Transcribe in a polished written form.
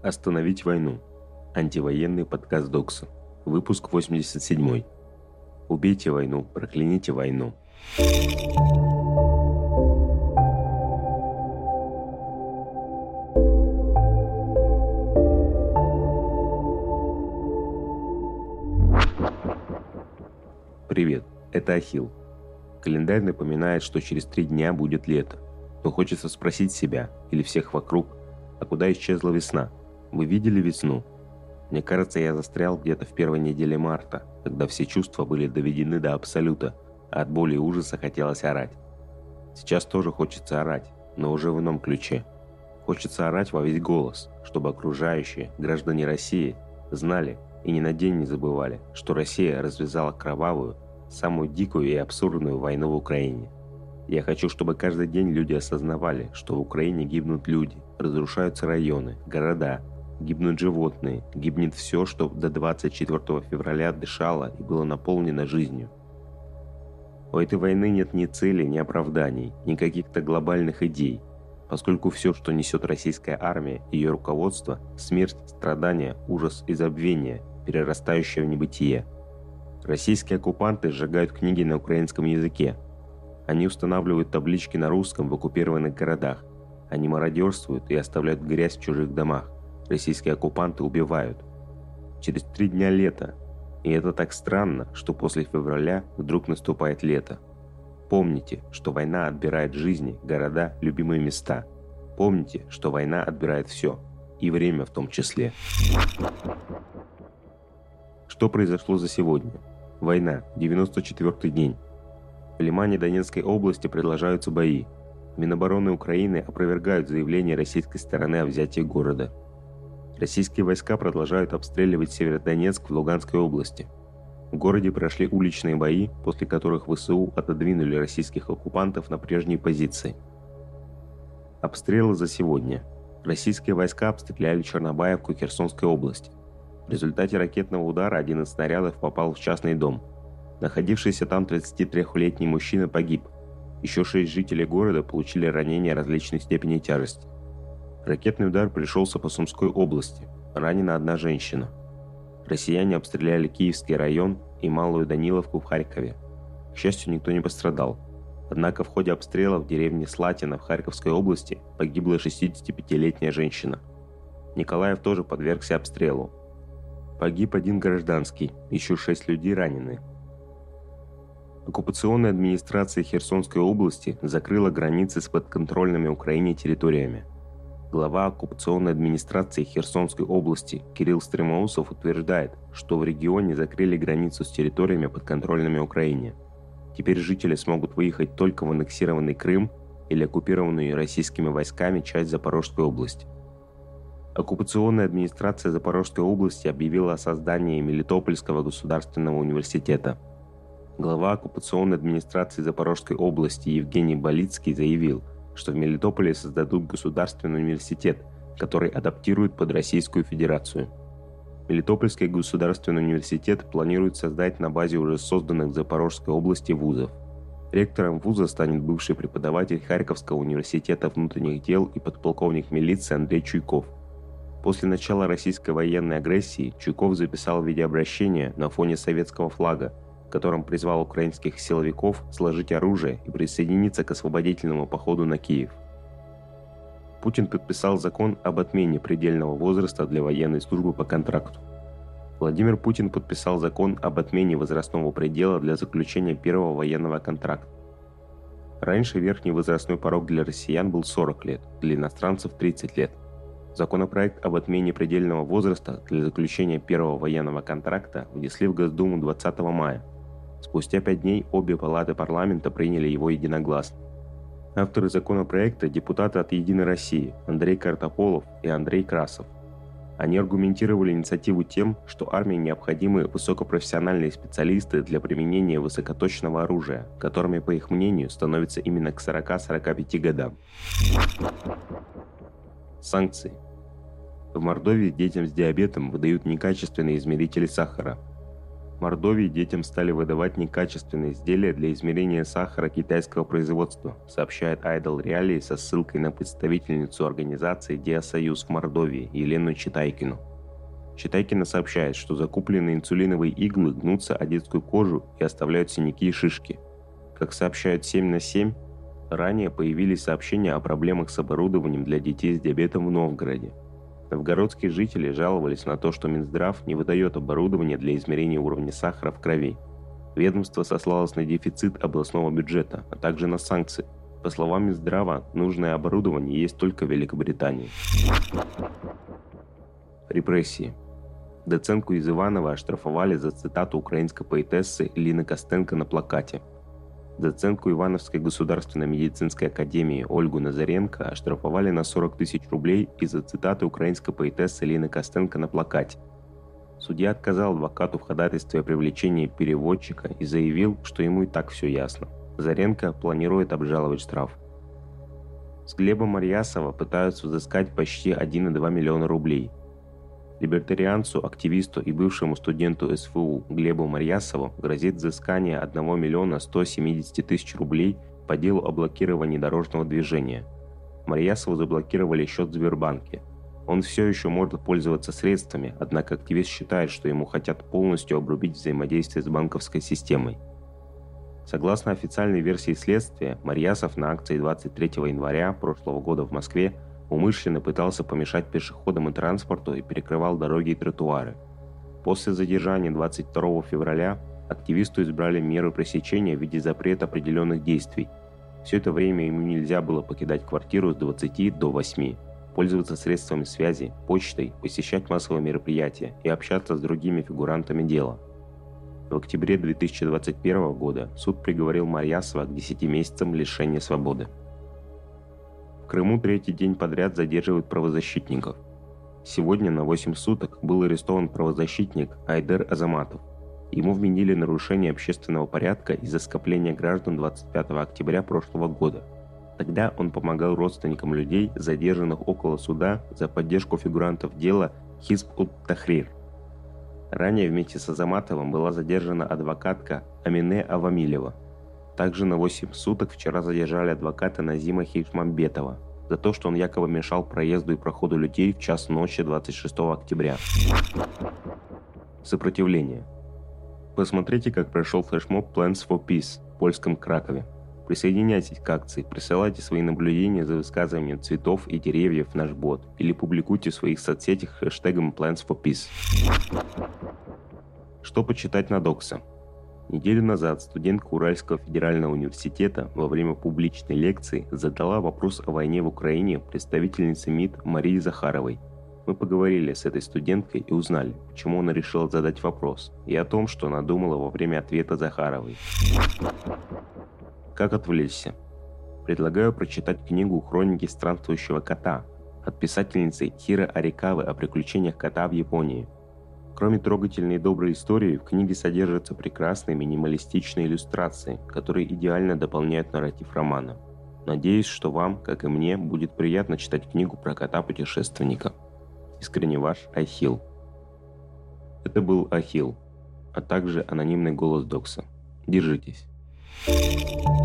Остановить войну. Антивоенный подкаст Докса. Выпуск 87. Убейте войну, прокляните войну. Привет, это Ахилл. Календарь напоминает, что через 3 дня будет лето. Но хочется спросить себя, или всех вокруг, а куда исчезла весна? Вы видели весну? Мне кажется, я застрял где-то в первой неделе марта, когда все чувства были доведены до абсолюта, а от боли и ужаса хотелось орать. Сейчас тоже хочется орать, но уже в ином ключе. Хочется орать во весь голос, чтобы окружающие, граждане России, знали и ни на день не забывали, что Россия развязала кровавую, самую дикую и абсурдную войну в Украине. Я хочу, чтобы каждый день люди осознавали, что в Украине гибнут люди, разрушаются районы, города, гибнут животные, гибнет все, что до 24 февраля дышало и было наполнено жизнью. У этой войны нет ни цели, ни оправданий, ни каких-то глобальных идей, поскольку все, что несет российская армия и ее руководство – смерть, страдания, ужас и забвение, перерастающее в небытие. Российские оккупанты сжигают книги на украинском языке. Они устанавливают таблички на русском в оккупированных городах. Они мародерствуют и оставляют грязь в чужих домах. Российские оккупанты убивают. Через 3 дня лето. И это так странно, что после февраля вдруг наступает лето. Помните, что война отбирает жизни, города, любимые места. Помните, что война отбирает все. И время в том числе. Что произошло за сегодня? Война. 94-й день. В Лимане Донецкой области продолжаются бои. Минобороны Украины опровергают заявление российской стороны о взятии города. Российские войска продолжают обстреливать Северодонецк в Луганской области. В городе прошли уличные бои, после которых ВСУ отодвинули российских оккупантов на прежние позиции. Обстрелы за сегодня. Российские войска обстреляли Чернобаевку Херсонской области. В результате ракетного удара один из снарядов попал в частный дом. Находившийся там 33-летний мужчина погиб. Еще 6 жителей города получили ранения различной степени тяжести. Ракетный удар пришелся по Сумской области. Ранена одна женщина. Россияне обстреляли Киевский район и Малую Даниловку в Харькове. К счастью, никто не пострадал. Однако в ходе обстрела в деревне Слатина в Харьковской области погибла 65-летняя женщина. Николаев тоже подвергся обстрелу. Погиб один гражданский, еще 6 людей ранены. Оккупационная администрация Херсонской области закрыла границы с подконтрольными Украине территориями. Глава оккупационной администрации Херсонской области Кирилл Стремоусов утверждает, что в регионе закрыли границу с территориями, подконтрольными Украине. Теперь жители смогут выехать только в аннексированный Крым или оккупированную российскими войсками часть Запорожской области. Оккупационная администрация Запорожской области объявила о создании Мелитопольского государственного университета. Глава оккупационной администрации Запорожской области Евгений Болицкий заявил, что в Мелитополе создадут государственный университет, который адаптирует под Российскую Федерацию. Мелитопольский государственный университет планирует создать на базе уже созданных в Запорожской области вузов. Ректором вуза станет бывший преподаватель Харьковского университета внутренних дел и подполковник милиции Андрей Чуйков. После начала российской военной агрессии Чуйков записал видеообращение на фоне советского флага, в котором призвал украинских силовиков сложить оружие и присоединиться к освободительному походу на Киев. Путин подписал закон об отмене предельного возраста для военной службы по контракту. Владимир Путин подписал закон об отмене возрастного предела для заключения первого военного контракта. Раньше верхний возрастной порог для россиян был 40 лет, для иностранцев 30 лет. Законопроект об отмене предельного возраста для заключения первого военного контракта внесли в Госдуму 20 мая. Спустя 5 дней обе палаты парламента приняли его единогласно. Авторы законопроекта – депутаты от «Единой России» Андрей Картополов и Андрей Красов. Они аргументировали инициативу тем, что армии необходимы высокопрофессиональные специалисты для применения высокоточного оружия, которыми, по их мнению, становятся именно к 40-45 годам. Санкции. В Мордовии детям с диабетом выдают некачественные измерители сахара. В Мордовии детям стали выдавать некачественные изделия для измерения сахара китайского производства, сообщает Idle Реалии со ссылкой на представительницу организации Диасоюз в Мордовии Елену Читайкину. Читайкина сообщает, что закупленные инсулиновые иглы гнутся о детскую кожу и оставляют синяки и шишки. Как сообщают 7 на 7, ранее появились сообщения о проблемах с оборудованием для детей с диабетом в Новгороде. Новгородские жители жаловались на то, что Минздрав не выдает оборудование для измерения уровня сахара в крови. Ведомство сослалось на дефицит областного бюджета, а также на санкции. По словам Минздрава, нужное оборудование есть только в Великобритании. Репрессии. Доцентку из Иваново оштрафовали за цитату украинской поэтессы Лины Костенко на плакате. Доцентку Ивановской государственной медицинской академии Ольгу Назаренко оштрафовали на 40 тысяч рублей из-за цитаты украинской поэтессы Лины Костенко на плакате. Судья отказал адвокату в ходатайстве о привлечении переводчика и заявил, что ему и так все ясно. Назаренко планирует обжаловать штраф. С Глеба Марьясова пытаются взыскать почти 1,2 миллиона рублей. Либертарианцу, активисту и бывшему студенту СФУ Глебу Марьясову грозит взыскание 1 миллиона 170 тысяч рублей по делу о блокировании дорожного движения. Марьясову заблокировали счет в Сбербанке. Он все еще может пользоваться средствами, однако активист считает, что ему хотят полностью обрубить взаимодействие с банковской системой. Согласно официальной версии следствия, Марьясов на акции 23 января прошлого года в Москве умышленно пытался помешать пешеходам и транспорту и перекрывал дороги и тротуары. После задержания 22 февраля активисту избрали меры пресечения в виде запрета определенных действий. Все это время ему нельзя было покидать квартиру с 20 до 8, пользоваться средствами связи, почтой, посещать массовые мероприятия и общаться с другими фигурантами дела. В октябре 2021 года суд приговорил Марьясова к 10 месяцам лишения свободы. В Крыму третий день подряд задерживают правозащитников. Сегодня на 8 суток был арестован правозащитник Айдер Азаматов. Ему вменили нарушение общественного порядка из-за скопления граждан 25 октября прошлого года. Тогда он помогал родственникам людей, задержанных около суда, за поддержку фигурантов дела Хизб-ут-Тахрир. Ранее вместе с Азаматовым была задержана адвокатка Амине Авамилева. Также на 8 суток вчера задержали адвоката Назима Хишмамбетова за то, что он якобы мешал проезду и проходу людей в час ночи 26 октября. Сопротивление. Посмотрите, как прошел флешмоб Plants for Peace в польском Кракове. Присоединяйтесь к акции, присылайте свои наблюдения за высказыванием цветов и деревьев в наш бот или публикуйте в своих соцсетях хэштегом Plants for Peace. Что почитать на Докса? Неделю назад студентка Уральского федерального университета во время публичной лекции задала вопрос о войне в Украине представительнице МИД Марии Захаровой. Мы поговорили с этой студенткой и узнали, почему она решила задать вопрос, и о том, что она думала во время ответа Захаровой. Как отвлечься? Предлагаю прочитать книгу «Хроники странствующего кота» от писательницы Хиро Арикавы о приключениях кота в Японии. Кроме трогательной и доброй истории, в книге содержатся прекрасные минималистичные иллюстрации, которые идеально дополняют нарратив романа. Надеюсь, что вам, как и мне, будет приятно читать книгу про кота-путешественника. Искренне ваш Ахилл. Это был Ахилл, а также анонимный голос Докса. Держитесь.